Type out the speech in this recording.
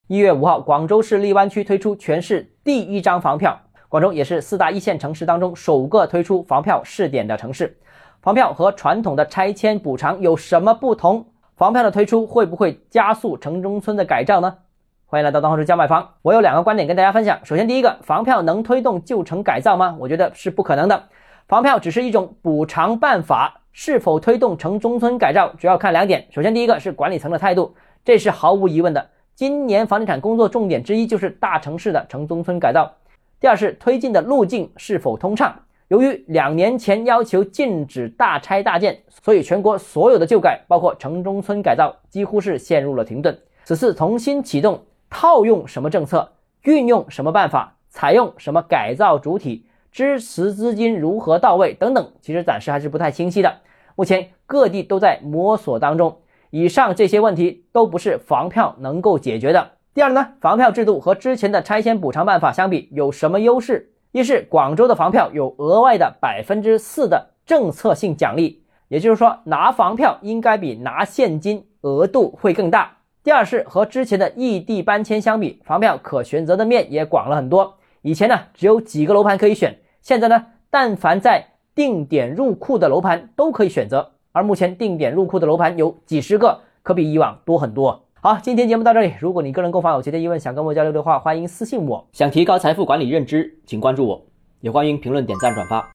1月5号，广州市荔湾区推出全市第一张房票。广州也是4大一线城市当中首个推出房票试点的城市。房票和传统的拆迁补偿有什么不同？房票的推出会不会加速城中村的改造呢？欢迎来到东浩之教买房，我有2个观点跟大家分享。首先第一个，房票能推动旧城改造吗？我觉得是不可能的。房票只是一种补偿办法，是否推动城中村改造主要看2点。首先第一个是管理层的态度，这是毫无疑问的。今年房地产工作重点之一就是大城市的城中村改造。第二是推进的路径是否通畅。由于2年前要求禁止大拆大建，所以全国所有的旧改包括城中村改造几乎是陷入了停顿。此次重新启动，套用什么政策，运用什么办法，采用什么改造主体，支持资金如何到位等等，其实暂时还是不太清晰的。目前各地都在摸索当中，以上这些问题都不是房票能够解决的。第二呢，房票制度和之前的拆迁补偿办法相比有什么优势？一是广州的房票有额外的 4% 的政策性奖励，也就是说拿房票应该比拿现金额度会更大。第二是和之前的异地搬迁相比，房票可选择的面也广了很多。以前呢只有几个楼盘可以选，现在呢但凡在定点入库的楼盘都可以选择，而目前定点入库的楼盘有几十个，可比以往多很多。好，今天节目到这里，如果你个人购房有其他疑问想跟我交流的话，欢迎私信我。想提高财富管理认知，请关注我，也欢迎评论点赞转发。